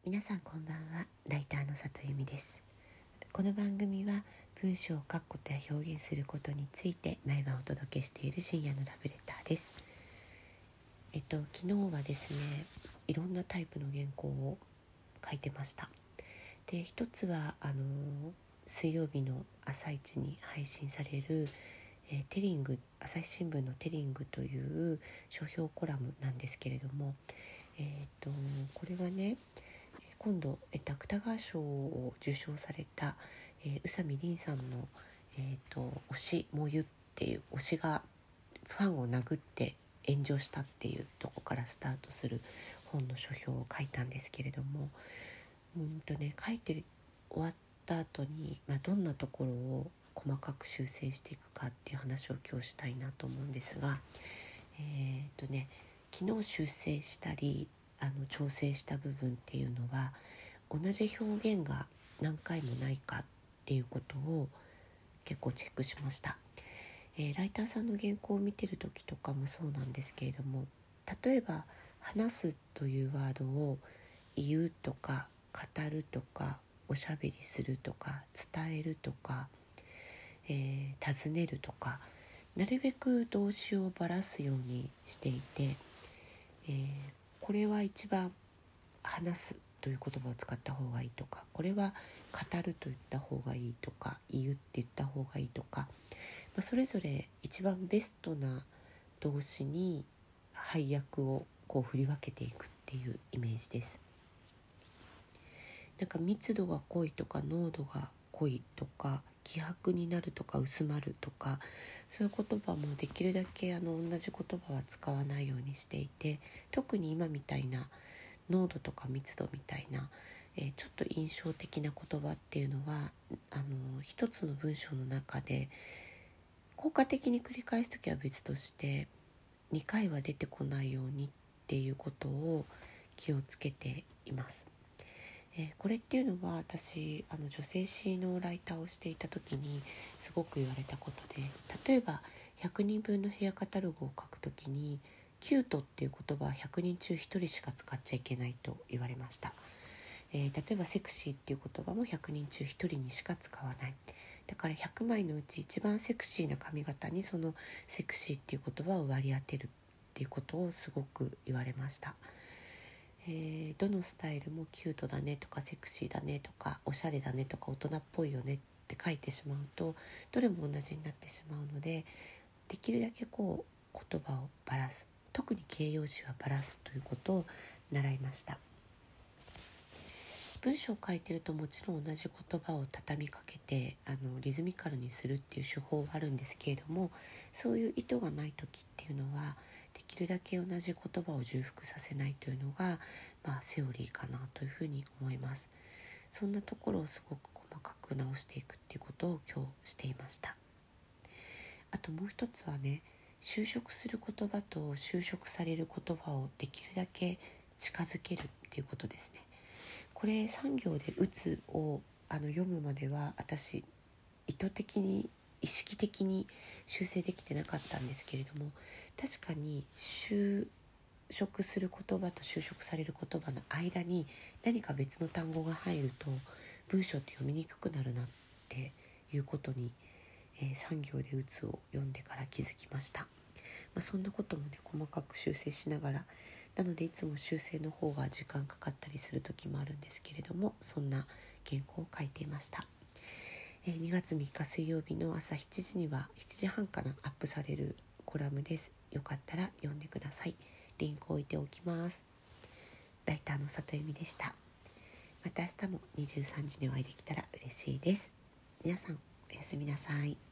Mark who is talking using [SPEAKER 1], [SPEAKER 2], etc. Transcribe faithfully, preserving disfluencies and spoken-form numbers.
[SPEAKER 1] 皆さんこんばんは。ライターの里由美です。この番組は文章を書くことや表現することについて毎晩お届けしている深夜のラブレターです。えっと昨日はですね、いろんなタイプの原稿を書いてました。で、一つはあの水曜日の朝一に配信される、えー、テリング朝日新聞のテリングという書評コラムなんですけれども、えー、とこれはね、今度芥川賞を受賞された、えー、宇佐美凛さんの、えー、と推しもゆっていう推しがファンを殴って炎上したっていうところからスタートする本の書評を書いたんですけれども、うんとね、書いて終わった後に、まあ、どんなところを細かく修正していくかっていう話を今日したいなと思うんですが、えーとね、昨日修正したりあの調整した部分っていうのは同じ表現が何回もないかっていうことを結構チェックしました。えー、ライターさんの原稿を見てる時とかもそうなんですけれども、例えば話すというワードを言うとか語るとかおしゃべりするとか伝えるとか、えー、尋ねるとか、なるべく動詞をばらすようにしていて、えー、これは一番話すという言葉を使った方がいいとか、これは語ると言った方がいいとか、言うって言った方がいいとか、まあ、それぞれ一番ベストな動詞に配役をこう振り分けていくっていうイメージです。なんか密度が濃いとか濃度が濃いとか希薄になるとか薄まるとか、そういう言葉もできるだけあの同じ言葉は使わないようにしていて、特に今みたいな濃度とか密度みたいな、えー、ちょっと印象的な言葉っていうのはあの一つの文章の中で効果的に繰り返すときは別としてにかいは出てこないようにっていうことを気をつけています。えー、これっていうのは私あの女性誌のライターをしていた時にすごく言われたことで、例えばひゃくにんぶんのヘアカタログを書くときにキュートっていう言葉はひゃくにん中ひとりしか使っちゃいけないと言われました。えー、例えばセクシーっていう言葉もひゃくにん中ひとりにしか使わない。だからひゃくまいのうち一番セクシーな髪型にそのセクシーっていう言葉を割り当てるっていうことをすごく言われました。えー、どのスタイルもキュートだねとかセクシーだねとかおしゃれだねとか大人っぽいよねって書いてしまうとどれも同じになってしまうので、できるだけこう言葉をばらす、特に形容詞はばらすということを習いました。文章を書いてるともちろん同じ言葉を畳みかけてあのリズミカルにするっていう手法はあるんですけれども、そういう意図がない時っていうのはできるだけ同じ言葉を重複させないというのが、まあ、セオリーかなというふうに思います。そんなところをすごく細かく直していくっていうことを今日していました。あともう一つはね、修飾する言葉と修飾される言葉をできるだけ近づけるっていうことですね。これさん行で打つをあの読むまでは私意図的に意識的に修正できてなかったんですけれども、確かに修飾する言葉と修飾される言葉の間に何か別の単語が入ると文章って読みにくくなるなっていうことに、えー、さん行で打つを読んでから気づきました。まあ、そんなこともね細かく修正しながら、なのでいつも修正の方が時間かかったりする時もあるんですけれども、そんな原稿を書いていました。えー、にがつみっか水曜日の朝しちじにはしちじはんからアップされるコラムです。よかったら読んでください。リンクを置いておきます。ライターの里由美でした。また明日もにじゅうさんじにお会いできたら嬉しいです。皆さんおやすみなさい。